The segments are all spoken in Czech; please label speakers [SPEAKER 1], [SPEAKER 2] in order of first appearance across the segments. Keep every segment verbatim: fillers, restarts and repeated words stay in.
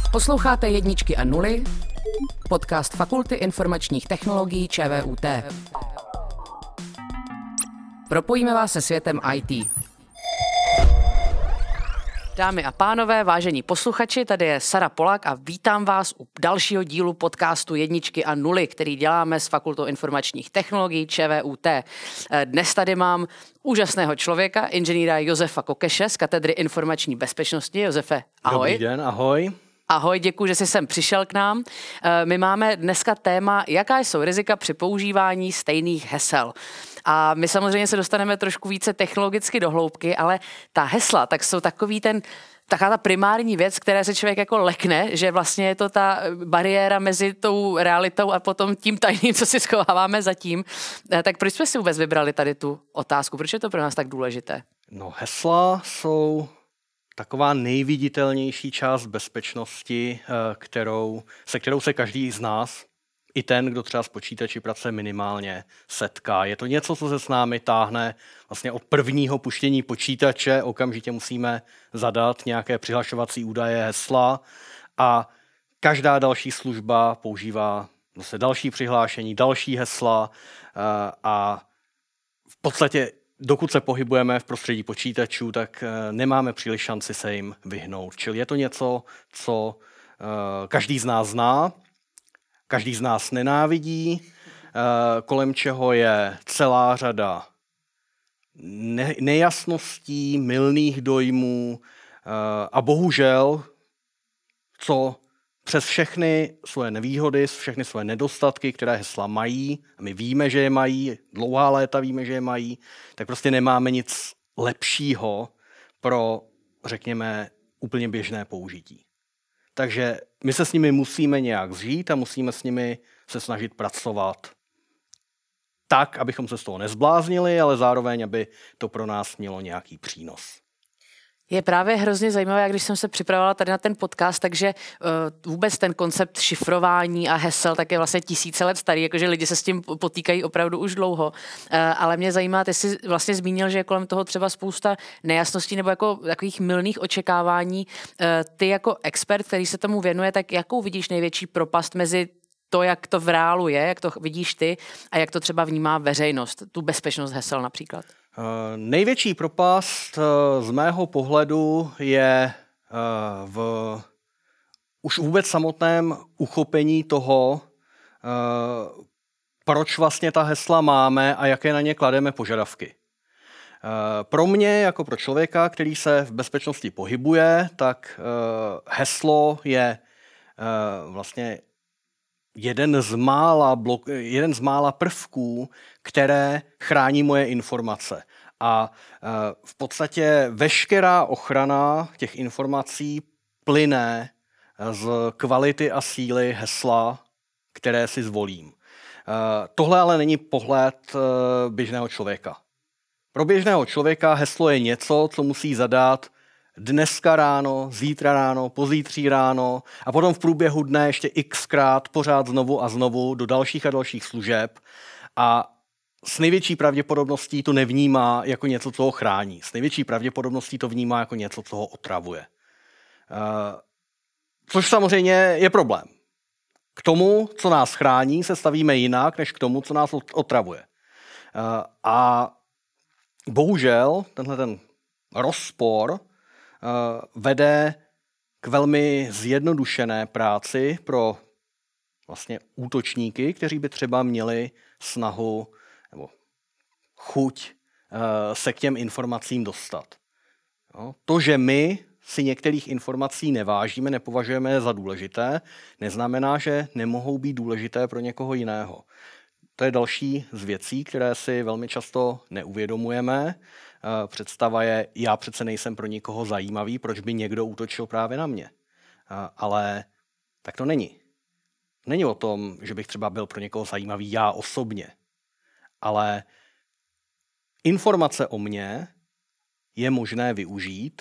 [SPEAKER 1] Posloucháte Jedničky a nuly, podcast Fakulty informačních technologií ČVUT. Propojíme vás se světem í té. Dámy a pánové, vážení posluchači, tady je Sara Polák a vítám vás u dalšího dílu podcastu Jedničky a nuly, který děláme s Fakultou informačních technologií ČVUT. Dnes tady mám úžasného člověka, inženýra Josefa Kokeše z katedry informační bezpečnosti. Josefe, ahoj.
[SPEAKER 2] Dobrý den, ahoj.
[SPEAKER 1] Ahoj, děkuji, že jsi sem přišel k nám. My máme dneska téma, jaká jsou rizika při používání stejných hesel. A my samozřejmě se dostaneme trošku více technologicky do hloubky, ale ta hesla tak jsou takový ten, taková ta primární věc, které se člověk jako lekne, že vlastně je to ta bariéra mezi tou realitou a potom tím tajným, co si schováváme zatím. Tak proč jsme si vůbec vybrali tady tu otázku? Proč je to pro nás tak důležité?
[SPEAKER 2] No, hesla jsou taková nejviditelnější část bezpečnosti, kterou, se kterou se každý z nás, i ten, kdo třeba s počítači pracuje minimálně, setká. Je to něco, co se s námi táhne vlastně od prvního puštění počítače, okamžitě musíme zadat nějaké přihlašovací údaje, hesla a každá další služba používá zase další přihlášení, další hesla a v podstatě dokud se pohybujeme v prostředí počítačů, tak nemáme příliš šanci se jim vyhnout. Čili je to něco, co každý z nás zná, každý z nás nenávidí, kolem čeho je celá řada nejasností, mylných dojmů a bohužel, co přes všechny svoje nevýhody, všechny svoje nedostatky, které hesla mají, a my víme, že je mají, dlouhá léta víme, že je mají, tak prostě nemáme nic lepšího pro, řekněme, úplně běžné použití. Takže my se s nimi musíme nějak zžít a musíme s nimi se snažit pracovat tak, abychom se z toho nezbláznili, ale zároveň, aby to pro nás mělo nějaký přínos.
[SPEAKER 1] Je právě hrozně zajímavé, když jsem se připravovala tady na ten podcast, takže uh, vůbec ten koncept šifrování a hesel tak je vlastně tisíce let starý, jakože lidi se s tím potýkají opravdu už dlouho. Uh, ale mě zajímá, ty jsi vlastně zmínil, že je kolem toho třeba spousta nejasností nebo jako takových mylných očekávání. Uh, ty jako expert, který se tomu věnuje, tak jakou vidíš největší propast mezi to, jak to v reálu je, jak to vidíš ty a jak to třeba vnímá veřejnost, tu bezpečnost hesel například?
[SPEAKER 2] Uh, největší propast uh, z mého pohledu je uh, v už vůbec samotném uchopení toho, uh, proč vlastně ta hesla máme a jaké na ně klademe požadavky. Uh, pro mě, jako pro člověka, který se v bezpečnosti pohybuje, tak uh, heslo je uh, vlastně jeden z mála blok, jeden z mála prvků, které chrání moje informace. A v podstatě veškerá ochrana těch informací plyne z kvality a síly hesla, které si zvolím. Tohle ale není pohled běžného člověka. Pro běžného člověka heslo je něco, co musí zadat dneska ráno, zítra ráno, pozítří ráno a potom v průběhu dne ještě xkrát pořád znovu a znovu do dalších a dalších služeb a s největší pravděpodobností to nevnímá jako něco, co ho chrání. S největší pravděpodobností to vnímá jako něco, co ho otravuje. Uh, což samozřejmě je problém. K tomu, co nás chrání, se stavíme jinak, než k tomu, co nás otravuje. Uh, a bohužel tenhle ten rozpor vede k velmi zjednodušené práci pro vlastně útočníky, kteří by třeba měli snahu nebo chuť se k těm informacím dostat. To, že my si některých informací nevážíme, nepovažujeme je za důležité, neznamená, že nemohou být důležité pro někoho jiného. To je další z věcí, které si velmi často neuvědomujeme. Představa je, já přece nejsem pro nikoho zajímavý, proč by někdo útočil právě na mě. Ale tak to není. Není o tom, že bych třeba byl pro někoho zajímavý já osobně. Ale informace o mně je možné využít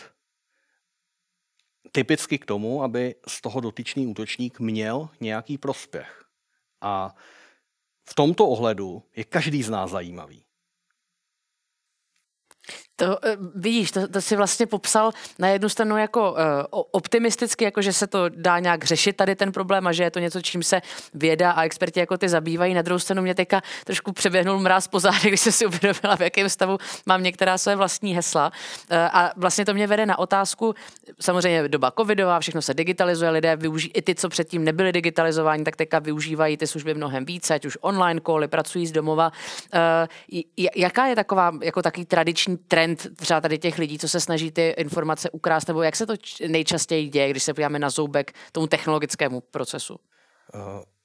[SPEAKER 2] typicky k tomu, aby z toho dotyčný útočník měl nějaký prospěch. A v tomto ohledu je každý z nás zajímavý.
[SPEAKER 1] To vidíš, to, to si vlastně popsal na jednu stranu jako uh, optimisticky, jako že se to dá nějak řešit tady ten problém a že je to něco, čím se věda a experti jako ty zabývají. Na druhou stranu mě teďka trošku přeběhnul mráz po zádech, když jsem si uvědomila, v jakém stavu mám některá své vlastní hesla. Uh, a vlastně to mě vede na otázku, samozřejmě doba covidová, všechno se digitalizuje, lidé využijí, i ty, co předtím nebyli digitalizováni, tak teďka využívají ty služby mnohem více, ať už online cally, pracují z domova. Uh, jaká je taková jako takový tradiční trend třeba tady těch lidí, co se snaží ty informace ukrást, nebo jak se to nejčastěji děje, když se podíváme na zoubek tomu technologickému procesu? Uh,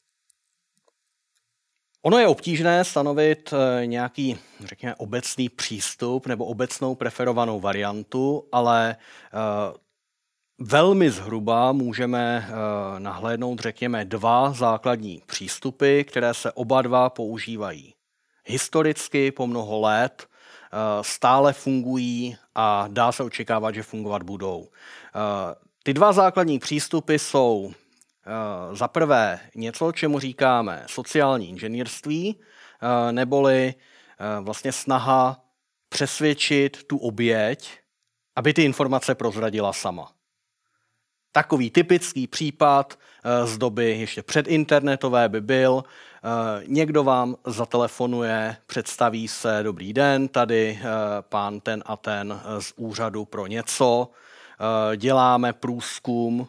[SPEAKER 2] ono je obtížné stanovit uh, nějaký, řekněme, obecný přístup nebo obecnou preferovanou variantu, ale uh, velmi zhruba můžeme uh, nahlédnout, řekněme, dva základní přístupy, které se oba dva používají historicky po mnoho let, stále fungují a dá se očekávat, že fungovat budou. Ty dva základní přístupy jsou za prvé něco, čemu říkáme sociální inženýrství, neboli vlastně snaha přesvědčit tu oběť, aby ty informace prozradila sama. Takový typický případ z doby ještě předinternetové by byl, někdo vám zatelefonuje, představí se, dobrý den, tady pán ten a ten z úřadu pro něco, děláme průzkum,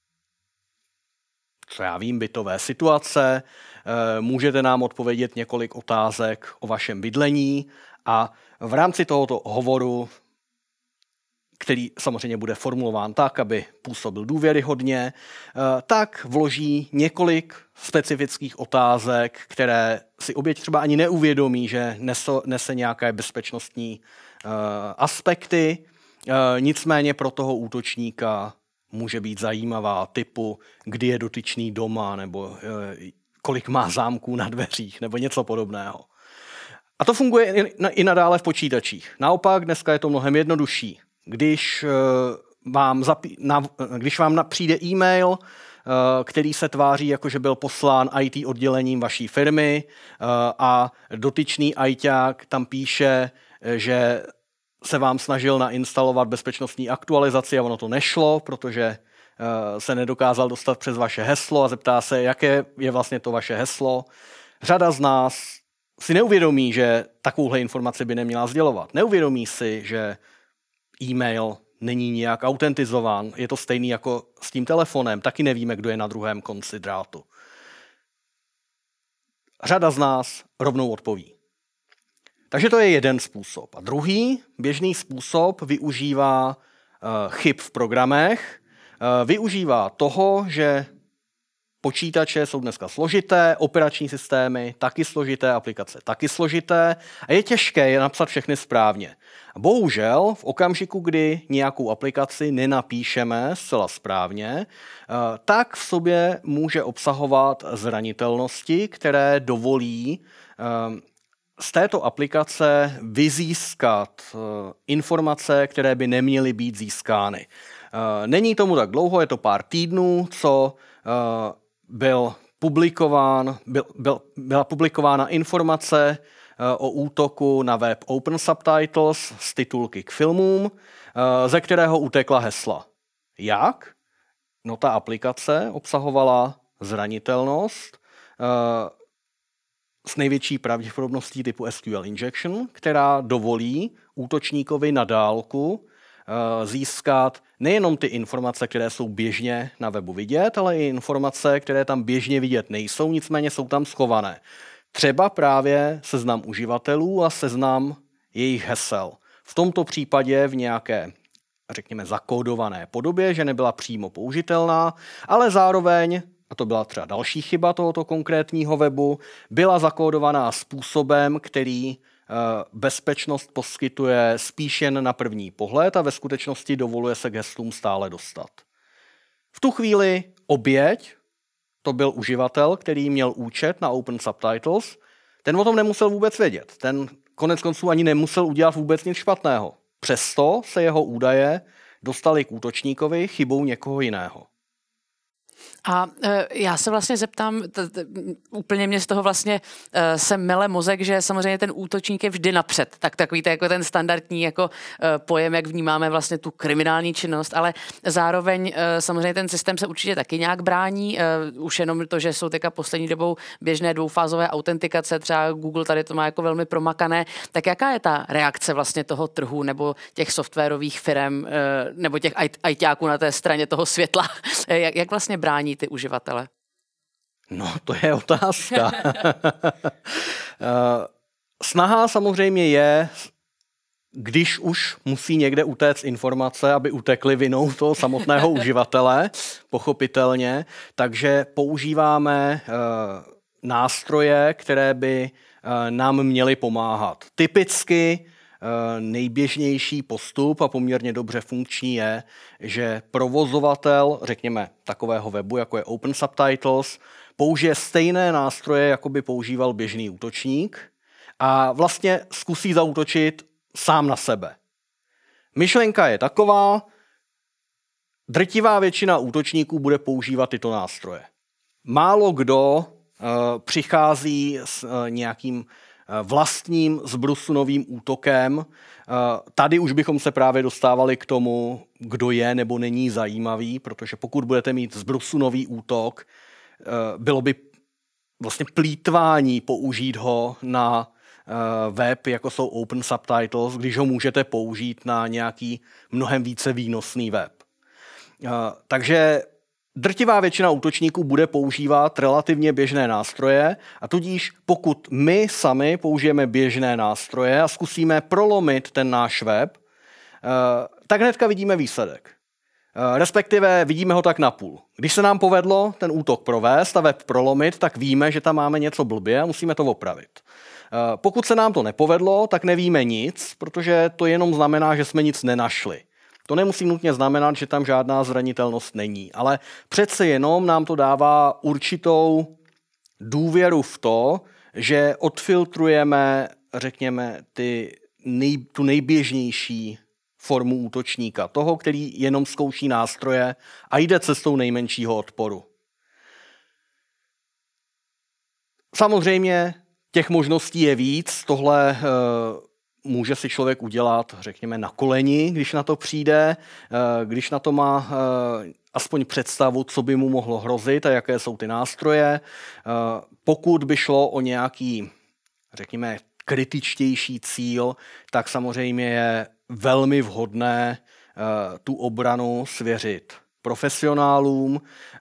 [SPEAKER 2] co já vím, bytové situace, můžete nám odpovědět několik otázek o vašem bydlení a v rámci tohoto hovoru, který samozřejmě bude formulován tak, aby působil důvěryhodně, tak vloží několik specifických otázek, které si oběť třeba ani neuvědomí, že nese nějaké bezpečnostní aspekty. Nicméně pro toho útočníka může být zajímavá, typu, kdy je dotyčný doma, nebo kolik má zámků na dveřích, nebo něco podobného. A to funguje i nadále v počítačích. Naopak dneska je to mnohem jednodušší. Když vám, zapí, na, když vám na, přijde e-mail, který se tváří, jako že byl poslán í té oddělením vaší firmy a dotyčný ajťák tam píše, že se vám snažil nainstalovat bezpečnostní aktualizaci a ono to nešlo, protože se nedokázal dostat přes vaše heslo a zeptá se, jaké je vlastně to vaše heslo. Řada z nás si neuvědomí, že takovouhle informaci by neměla sdělovat. Neuvědomí si, že e-mail není nijak autentizován, je to stejný jako s tím telefonem, taky nevíme, kdo je na druhém konci drátu. Řada z nás rovnou odpoví. Takže to je jeden způsob. A druhý běžný způsob využívá uh, chyb v programech, uh, využívá toho, že počítače jsou dneska složité, operační systémy taky složité, aplikace taky složité a je těžké je napsat všechny správně. Bohužel v okamžiku, kdy nějakou aplikaci nenapíšeme zcela správně, tak v sobě může obsahovat zranitelnosti, které dovolí z této aplikace vyzískat informace, které by neměly být získány. Není tomu tak dlouho, je to pár týdnů, co byl publikován, byl, byl, byla publikována informace o útoku na web Open Subtitles z titulky k filmům, ze kterého utekla hesla. Jak? No ta aplikace obsahovala zranitelnost s největší pravděpodobností typu S Q L injection, která dovolí útočníkovi na dálku získat nejenom ty informace, které jsou běžně na webu vidět, ale i informace, které tam běžně vidět nejsou, nicméně jsou tam schované. Třeba právě seznam uživatelů a seznam jejich hesel. V tomto případě v nějaké, řekněme, zakódované podobě, že nebyla přímo použitelná, ale zároveň, a to byla třeba další chyba tohoto konkrétního webu, byla zakódovaná způsobem, který bezpečnost poskytuje spíš jen na první pohled a ve skutečnosti dovoluje se k heslům stále dostat. V tu chvíli oběť, to byl uživatel, který měl účet na Open Subtitles, ten o tom nemusel vůbec vědět. Ten konec konců ani nemusel udělat vůbec nic špatného. Přesto se jeho údaje dostaly k útočníkovi chybou někoho jiného.
[SPEAKER 1] A e, já se vlastně zeptám, t, t, úplně mě z toho vlastně e, se mele mozek, že samozřejmě ten útočník je vždy napřed. Tak takový to jako ten standardní jako e, pojem, jak vnímáme vlastně tu kriminální činnost, ale zároveň e, samozřejmě ten systém se určitě taky nějak brání. E, už jenom to, že jsou teďka poslední dobou běžné dvoufázové autentikace, třeba Google tady to má jako velmi promakané. Tak jaká je ta reakce vlastně toho trhu nebo těch softwarových firm e, nebo těch ajťáků na té straně toho světla? E, jak, jak vlastně brání ty uživatele?
[SPEAKER 2] No, to je otázka. Snaha samozřejmě je, když už musí někde utéct informace, aby utekly vinou toho samotného uživatele, pochopitelně, takže používáme nástroje, které by nám měly pomáhat. Typicky nejběžnější postup a poměrně dobře funkční je, že provozovatel, řekněme, takového webu, jako je Open Subtitles, použije stejné nástroje, jako by používal běžný útočník a vlastně zkusí zaútočit sám na sebe. Myšlenka je taková, drtivá většina útočníků bude používat tyto nástroje. Málo kdo uh, přichází s uh, nějakým vlastním zbrusunovým útokem. Tady už bychom se právě dostávali k tomu, kdo je nebo není zajímavý, protože pokud budete mít zbrusunový útok, bylo by vlastně plýtvání použít ho na web, jako jsou Open Subtitles, když ho můžete použít na nějaký mnohem více výnosný web. Takže drtivá většina útočníků bude používat relativně běžné nástroje a tudíž pokud my sami použijeme běžné nástroje a zkusíme prolomit ten náš web, tak hnedka vidíme výsledek. Respektive vidíme ho tak napůl. Když se nám povedlo ten útok provést a web prolomit, tak víme, že tam máme něco blbě a musíme to opravit. Pokud se nám to nepovedlo, tak nevíme nic, protože to jenom znamená, že jsme nic nenašli. To nemusí nutně znamenat, že tam žádná zranitelnost není, ale přece jenom nám to dává určitou důvěru v to, že odfiltrujeme, řekněme, ty nej, tu nejběžnější formu útočníka, toho, který jenom zkouší nástroje a jde cestou nejmenšího odporu. Samozřejmě těch možností je víc, tohle může si člověk udělat, řekněme, na koleni, když na to přijde, když na to má aspoň představu, co by mu mohlo hrozit a jaké jsou ty nástroje. Pokud by šlo o nějaký, řekněme, kritičtější cíl, tak samozřejmě je velmi vhodné tu obranu svěřit profesionálům.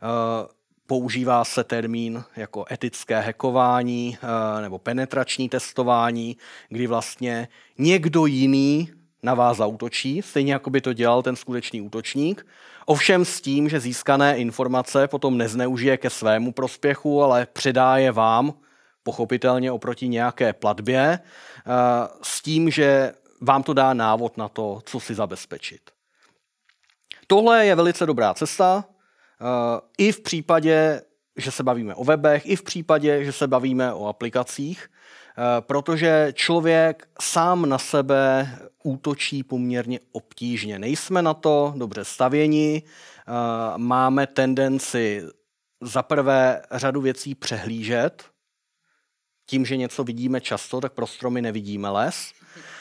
[SPEAKER 2] Používá se termín jako etické hackování nebo penetrační testování, kdy vlastně někdo jiný na vás zaútočí, stejně jako by to dělal ten skutečný útočník. Ovšem s tím, že získané informace potom nezneužije ke svému prospěchu, ale předá je vám, pochopitelně oproti nějaké platbě, s tím, že vám to dá návod na to, co si zabezpečit. Tohle je velice dobrá cesta, i v případě, že se bavíme o webech, i v případě, že se bavíme o aplikacích, protože člověk sám na sebe útočí poměrně obtížně. Nejsme na to dobře stavěni, máme tendenci zaprvé řadu věcí přehlížet. Tím, že něco vidíme často, tak pro stromy nevidíme les.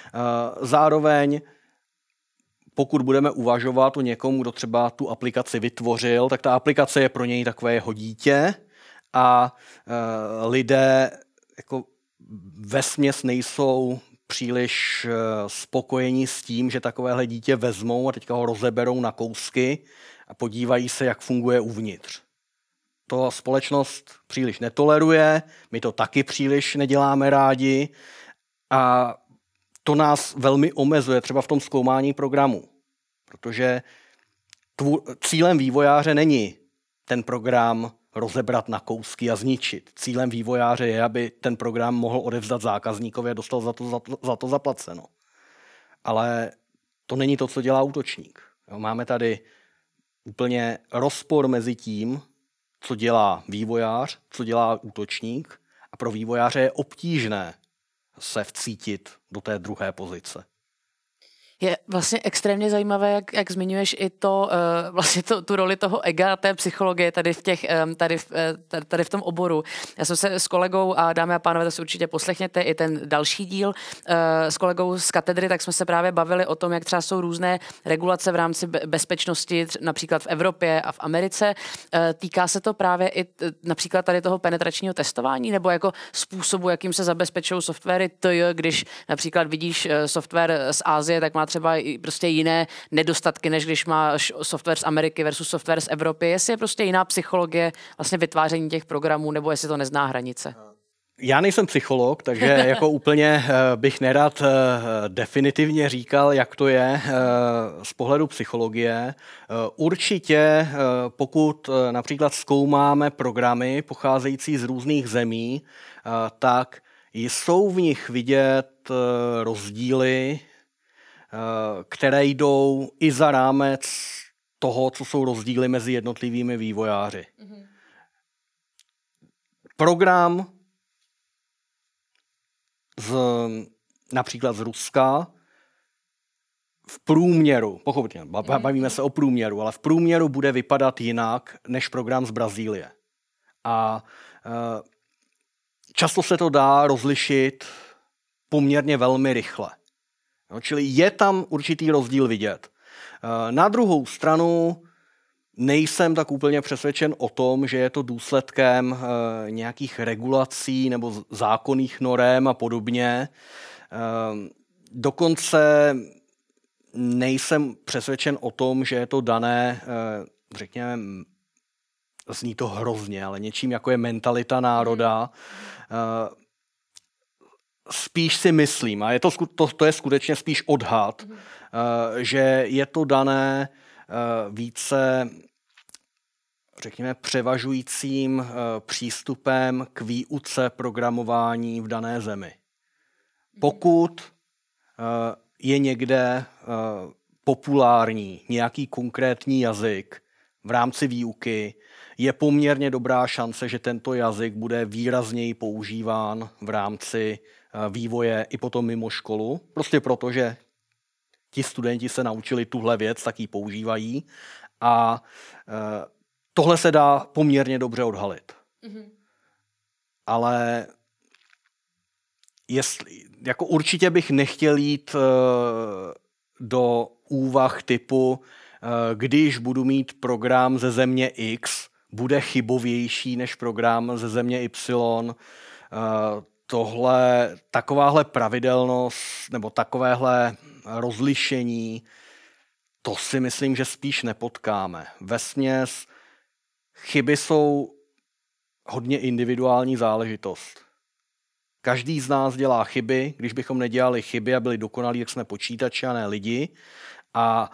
[SPEAKER 2] Zároveň pokud budeme uvažovat o někom, kdo třeba tu aplikaci vytvořil, tak ta aplikace je pro něj takové jeho dítě a e, lidé jako vesměs nejsou příliš e, spokojení s tím, že takovéhle dítě vezmou a teďka ho rozeberou na kousky a podívají se, jak funguje uvnitř. To společnost příliš netoleruje, my to taky příliš neděláme rádi a to nás velmi omezuje třeba v tom zkoumání programu, protože tvů, cílem vývojáře není ten program rozebrat na kousky a zničit. Cílem vývojáře je, aby ten program mohl odevzdat zákazníkovi a dostal za to, za to, za to zaplaceno. Ale to není to, co dělá útočník. Máme tady úplně rozpor mezi tím, co dělá vývojář, co dělá útočník a pro vývojáře je obtížné se vcítit do té druhé pozice.
[SPEAKER 1] Je vlastně extrémně zajímavé, jak, jak zmiňuješ i to, uh, vlastně to, tu roli toho ega a té psychologie tady v, těch, um, tady, v, uh, tady v tom oboru. Já jsem se s kolegou, a dámy a pánové, to si určitě poslechněte i ten další díl, uh, s kolegou z katedry, tak jsme se právě bavili o tom, jak třeba jsou různé regulace v rámci bezpečnosti, například v Evropě a v Americe. Uh, týká se to právě i t, například tady toho penetračního testování, nebo jako způsobu, jakým se zabezpečují softwary, tj, když například vidíš uh, software z Asie, tak má třeba prostě jiné nedostatky, než když máš software z Ameriky versus software z Evropy. Jestli je prostě jiná psychologie vlastně vytváření těch programů, nebo jestli to nezná hranice.
[SPEAKER 2] Já nejsem psycholog, takže jako úplně bych nerad definitivně říkal, jak to je z pohledu psychologie. Určitě, pokud například zkoumáme programy pocházející z různých zemí, tak jsou v nich vidět rozdíly, které jdou i za rámec toho, co jsou rozdíly mezi jednotlivými vývojáři. Mm-hmm. Program z, například z Ruska v průměru, pochopitelně, bavíme se o průměru, ale v průměru bude vypadat jinak než program z Brazílie. A e, často se to dá rozlišit poměrně velmi rychle. No, čili je tam určitý rozdíl vidět. Na druhou stranu nejsem tak úplně přesvědčen o tom, že je to důsledkem nějakých regulací nebo zákonných norem a podobně. Dokonce nejsem přesvědčen o tom, že je to dané, řekněme, zní to hrozně, ale něčím jako je mentalita národa. Spíš si myslím, a je to, to, to je skutečně spíš odhad, mm. uh, že je to dané uh, více, řekněme, převažujícím uh, přístupem k výuce programování v dané zemi. Pokud uh, je někde uh, populární nějaký konkrétní jazyk v rámci výuky, je poměrně dobrá šance, že tento jazyk bude výrazněji používán v rámci vývoje i potom mimo školu. Prostě proto, že ti studenti se naučili tuhle věc, tak ji používají. A e, tohle se dá poměrně dobře odhalit. Mm-hmm. Ale jestli, jako určitě bych nechtěl jít e, do úvah typu, e, když budu mít program ze země X, bude chybovější než program ze země Y. E, Tohle, takováhle pravidelnost nebo takovéhle rozlišení, to si myslím, že spíš nepotkáme. Vesměs chyby jsou hodně individuální záležitost. Každý z nás dělá chyby, když bychom nedělali chyby a byli dokonalí, jak jsme počítači a ne lidi. A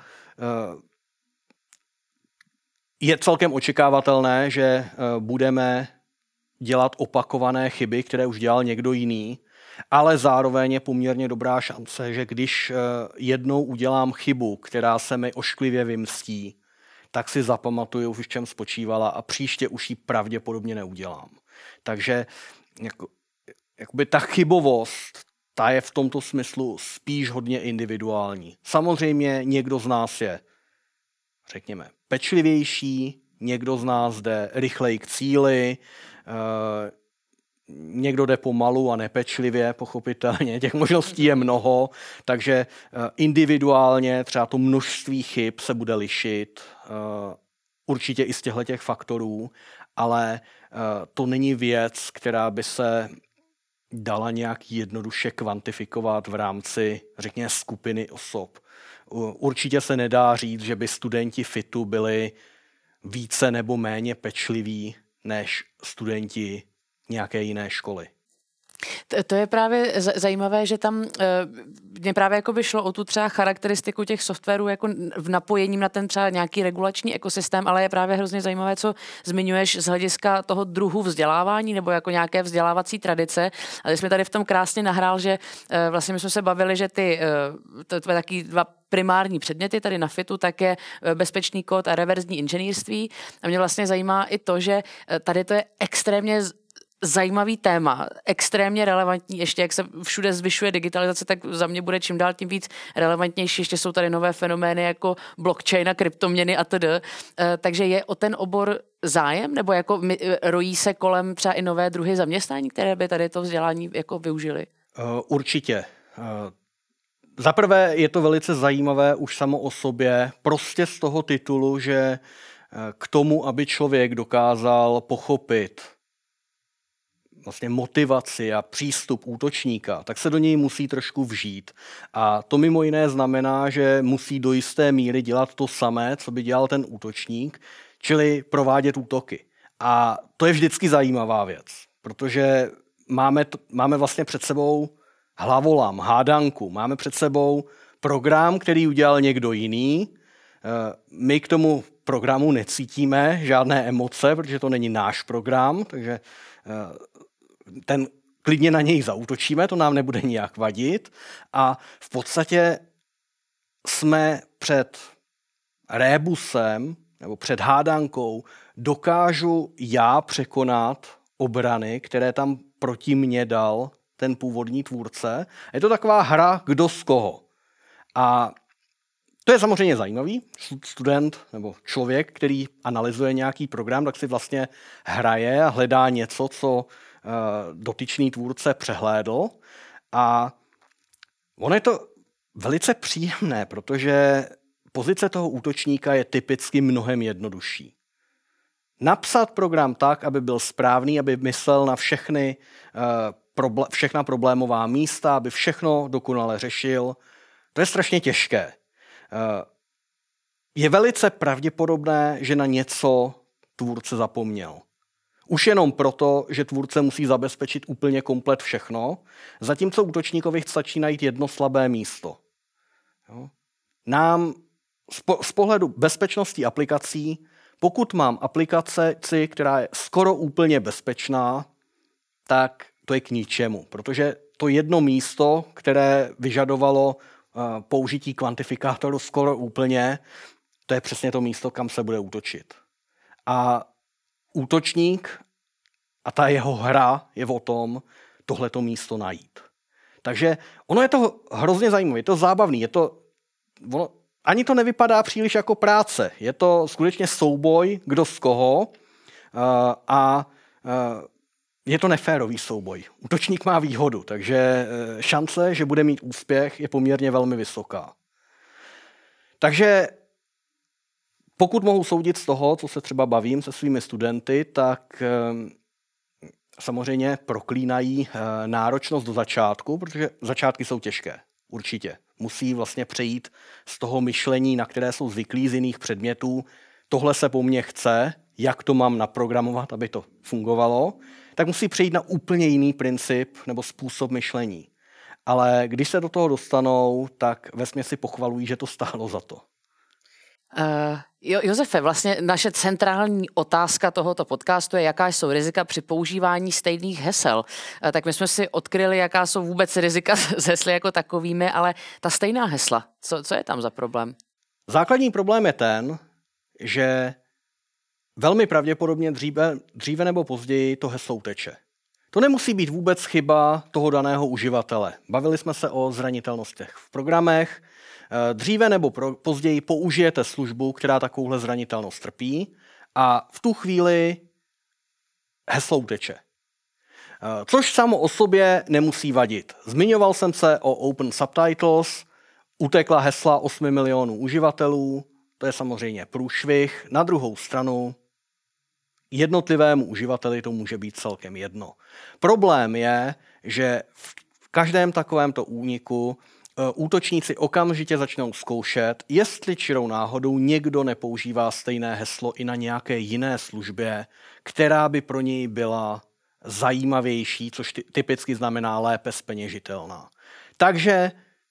[SPEAKER 2] je celkem očekávatelné, že budeme dělat opakované chyby, které už dělal někdo jiný, ale zároveň je poměrně dobrá šance, že když jednou udělám chybu, která se mi ošklivě vymstí, tak si zapamatuju, v čem spočívala a příště už ji pravděpodobně neudělám. Takže jako, jakoby ta chybovost, ta je v tomto smyslu spíš hodně individuální. Samozřejmě někdo z nás je, řekněme, pečlivější, někdo z nás jde rychleji k cíli, Uh, někdo jde pomalu a nepečlivě, pochopitelně, těch možností je mnoho, takže uh, individuálně třeba to množství chyb se bude lišit, uh, určitě i z těchto faktorů, ale uh, to není věc, která by se dala nějak jednoduše kvantifikovat v rámci, řekněme, skupiny osob. Uh, určitě se nedá říct, že by studenti FITu byli více nebo méně pečliví než studenti nějaké jiné školy.
[SPEAKER 1] To je právě zajímavé, že tam mě právě jako by šlo o tu třeba charakteristiku těch softwarů jako v napojením na ten třeba nějaký regulační ekosystém, ale je právě hrozně zajímavé, co zmiňuješ z hlediska toho druhu vzdělávání nebo jako nějaké vzdělávací tradice. A ty jsme tady v tom krásně nahrál, že vlastně my jsme se bavili, že ty to taky dva primární předměty tady na FITu, tak je bezpečný kód a reverzní inženýrství. A mě vlastně zajímá i to, že tady to je extrémně zajímavý téma, extrémně relevantní, ještě jak se všude zvyšuje digitalizace, tak za mě bude čím dál tím víc relevantnější, ještě jsou tady nové fenomény jako blockchain a kryptoměny a td. Takže je o ten obor zájem, nebo jako rojí se kolem třeba i nové druhy zaměstnání, které by tady to vzdělání jako využili?
[SPEAKER 2] Uh, určitě. Uh, Za prvé je to velice zajímavé už samo o sobě, prostě z toho titulu, že k tomu, aby člověk dokázal pochopit vlastně motivaci a přístup útočníka, tak se do něj musí trošku vžít. A to mimo jiné znamená, že musí do jisté míry dělat to samé, co by dělal ten útočník, čili provádět útoky. A to je vždycky zajímavá věc, protože máme, to, máme vlastně před sebou hlavolam, hádanku, máme před sebou program, který udělal někdo jiný. My k tomu programu necítíme žádné emoce, protože to není náš program, takže ten klidně na něj zaútočíme, to nám nebude nijak vadit. A v podstatě jsme před rébusem nebo před hádankou, dokážu já překonat obrany, které tam proti mně dal ten původní tvůrce. Je to taková hra kdo z koho. A to je samozřejmě zajímavý. Student nebo člověk, který analyzuje nějaký program, tak si vlastně hraje a hledá něco, co dotyčný tvůrce přehlédl. A ono je to velice příjemné, protože pozice toho útočníka je typicky mnohem jednodušší. Napsat program tak, aby byl správný, aby myslel na všechny, všechna problémová místa, aby všechno dokonale řešil, to je strašně těžké. Je velice pravděpodobné, že na něco tvůrce zapomněl. Už jenom proto, že tvůrce musí zabezpečit úplně komplet všechno, zatímco útočníkovi stačí najít jedno slabé místo. Nám z pohledu bezpečnosti aplikací, pokud mám aplikaci, která je skoro úplně bezpečná, tak to je k ničemu, protože to jedno místo, které vyžadovalo použití kvantifikátoru skoro úplně, to je přesně to místo, kam se bude útočit. A útočník a ta jeho hra je o tom tohleto místo najít. Takže ono je to hrozně zajímavé, je to zábavný, je to, ono, ani to nevypadá příliš jako práce, je to skutečně souboj, kdo z koho a je to neférový souboj. Útočník má výhodu, takže šance, že bude mít úspěch, je poměrně velmi vysoká. Takže pokud mohu soudit z toho, co se třeba bavím se svými studenty, tak samozřejmě proklínají náročnost do začátku, protože začátky jsou těžké, určitě. Musí vlastně přejít z toho myšlení, na které jsou zvyklí z jiných předmětů. Tohle se po mně chce, jak to mám naprogramovat, aby to fungovalo, tak musí přejít na úplně jiný princip nebo způsob myšlení. Ale když se do toho dostanou, tak vesměs si pochvalují, že to stálo za to.
[SPEAKER 1] Uh, jo, Josefe, vlastně naše centrální otázka tohoto podcastu je, jaká jsou rizika při používání stejných hesel. Uh, tak my jsme si odkryli, jaká jsou vůbec rizika s hesly jako takovými, ale ta stejná hesla, co, co je tam za problém?
[SPEAKER 2] Základní problém je ten, že velmi pravděpodobně dříve, dříve nebo později to heslo uteče. To nemusí být vůbec chyba toho daného uživatele. Bavili jsme se o zranitelnostech v programech. Dříve nebo pro, později použijete službu, která takovouhle zranitelnost trpí a v tu chvíli heslo uteče. Což samo o sobě nemusí vadit. Zmiňoval jsem se o Open Subtitles, utekla hesla osmi milionů uživatelů, to je samozřejmě průšvih. Na druhou stranu jednotlivému uživateli to může být celkem jedno. Problém je, že v každém takovémto úniku útočníci okamžitě začnou zkoušet, jestli čirou náhodou někdo nepoužívá stejné heslo i na nějaké jiné službě, která by pro něj byla zajímavější, což typicky znamená lépe zpeněžitelná. Takže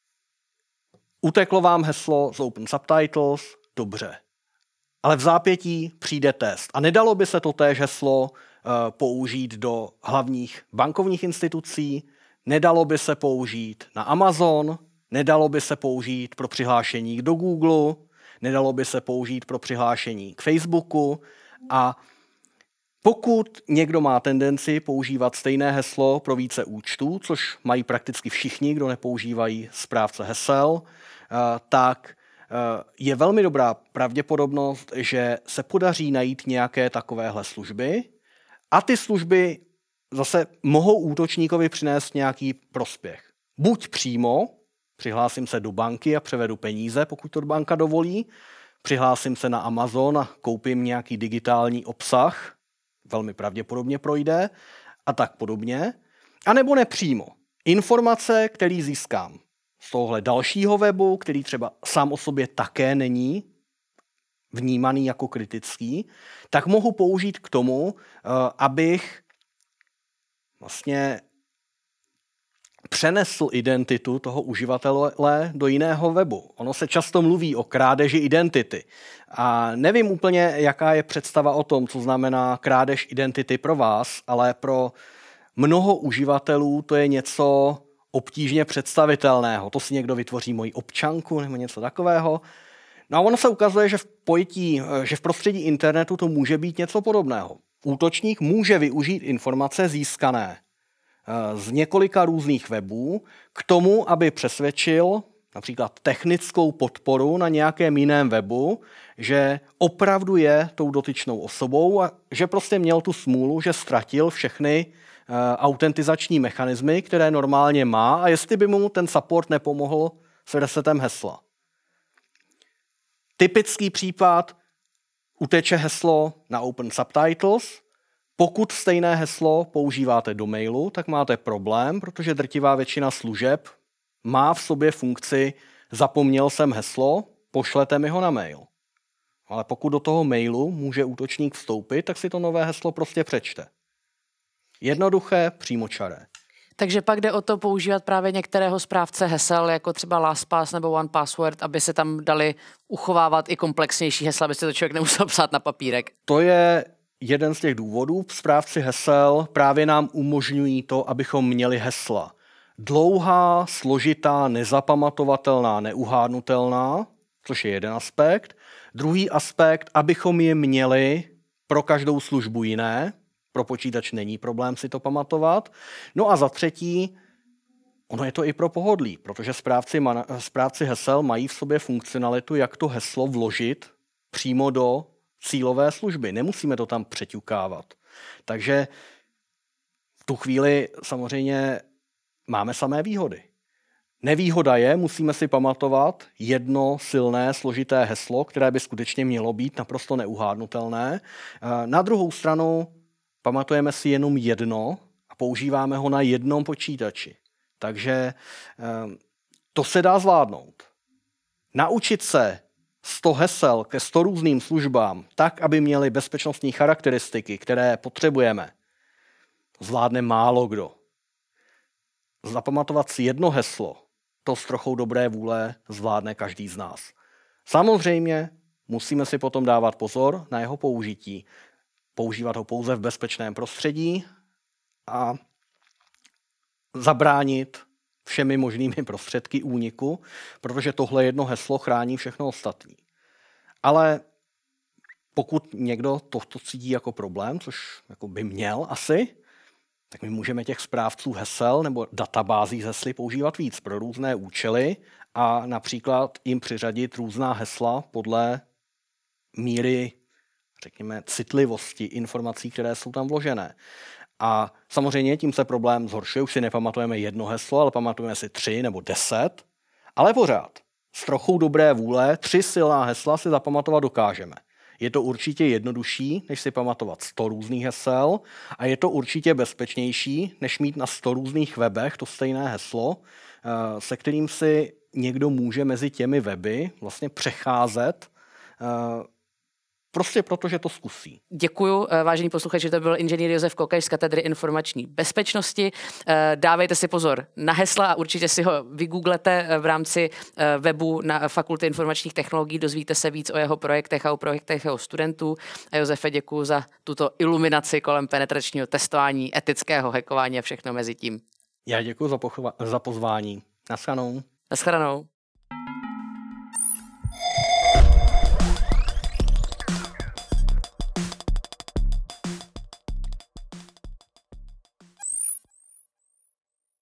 [SPEAKER 2] uteklo vám heslo z Open Subtitles, dobře. Ale v zápětí přijde test. A nedalo by se to též heslo uh, použít do hlavních bankovních institucí, nedalo by se použít na Amazon, nedalo by se použít pro přihlášení do Google, nedalo by se použít pro přihlášení k Facebooku a Pokud někdo má tendenci používat stejné heslo pro více účtů, což mají prakticky všichni, kdo nepoužívají správce hesel, tak je velmi dobrá pravděpodobnost, že se podaří najít nějaké takovéhle služby a ty služby zase mohou útočníkovi přinést nějaký prospěch. Buď přímo, přihlásím se do banky a převedu peníze, pokud to banka dovolí, přihlásím se na Amazon a koupím nějaký digitální obsah, velmi pravděpodobně projde a tak podobně, anebo nepřímo. Informace, které získám z tohohle dalšího webu, který třeba sám o sobě také není vnímaný jako kritický, tak mohu použít k tomu, abych vlastně přenesl identitu toho uživatele do jiného webu. Ono se často mluví o krádeži identity. A nevím úplně, jaká je představa o tom, co znamená krádež identity pro vás, ale pro mnoho uživatelů to je něco obtížně představitelného. To si někdo vytvoří moji občanku nebo něco takového. No a ono se ukazuje, že v pojetí, že v prostředí internetu to může být něco podobného. Útočník může využít informace získané z několika různých webů k tomu, aby přesvědčil například technickou podporu na nějakém jiném webu, že opravdu je tou dotyčnou osobou a že prostě měl tu smůlu, že ztratil všechny uh, autentizační mechanismy, které normálně má a jestli by mu ten support nepomohl s resetem hesla. Typický případ, uteče heslo na Open Subtitles. Pokud stejné heslo používáte do mailu, tak máte problém, protože drtivá většina služeb má v sobě funkci zapomněl jsem heslo, pošlete mi ho na mail. Ale pokud do toho mailu může útočník vstoupit, tak si to nové heslo prostě přečte. Jednoduché, přímočaré.
[SPEAKER 1] Takže pak jde o to používat právě některého správce hesel, jako třeba LastPass nebo OnePassword, aby se tam dali uchovávat i komplexnější hesla, aby si to člověk nemusel psát na papírek.
[SPEAKER 2] To je jeden z těch důvodů. Správci hesel právě nám umožňují to, abychom měli hesla. Dlouhá, složitá, nezapamatovatelná, neuhádnutelná, což je jeden aspekt. Druhý aspekt, abychom je měli pro každou službu jiné. Pro počítač není problém si to pamatovat. No a za třetí, ono je to i pro pohodlí, protože správci, man- správci hesel mají v sobě funkcionalitu, jak to heslo vložit přímo do cílové služby. Nemusíme to tam přeťukávat. Takže v tu chvíli samozřejmě máme samé výhody. Nevýhoda je, musíme si pamatovat jedno silné, složité heslo, které by skutečně mělo být naprosto neuhádnutelné. Na druhou stranu pamatujeme si jenom jedno a používáme ho na jednom počítači. Takže to se dá zvládnout. Naučit se sto hesel ke sto různým službám tak, aby měly bezpečnostní charakteristiky, které potřebujeme, zvládne málo kdo. Zapamatovat si jedno heslo, to s trochou dobré vůle zvládne každý z nás. Samozřejmě musíme si potom dávat pozor na jeho použití. Používat ho pouze v bezpečném prostředí a zabránit všemi možnými prostředky úniku, protože tohle jedno heslo chrání všechno ostatní. Ale pokud někdo tohto cítí jako problém, což jako by měl asi, tak my můžeme těch správců hesel nebo databází hesly používat víc pro různé účely a například jim přiřadit různá hesla podle míry, řekněme, citlivosti informací, které jsou tam vložené. A samozřejmě tím se problém zhoršuje, už si nepamatujeme jedno heslo, ale pamatujeme si tři nebo deset, ale pořád s trochou dobré vůle tři silná hesla si zapamatovat dokážeme. Je to určitě jednodušší, než si pamatovat sto různých hesel a je to určitě bezpečnější, než mít na sto různých webech to stejné heslo, se kterým si někdo může mezi těmi weby vlastně přecházet prostě proto, že to zkusí.
[SPEAKER 1] Děkuju, vážení posluchači, to byl inženýr Josef Kokeš z katedry informační bezpečnosti. Dávejte si pozor na hesla a určitě si ho vygooglete v rámci webu na Fakulty informačních technologií, dozvíte se víc o jeho projektech a o projektech jeho studentů. A Josefe, děkuju za tuto iluminaci kolem penetračního testování, etického hackování a všechno mezi tím.
[SPEAKER 2] Já děkuju za, pochva- za pozvání. Naschledanou.
[SPEAKER 1] Naschledanou.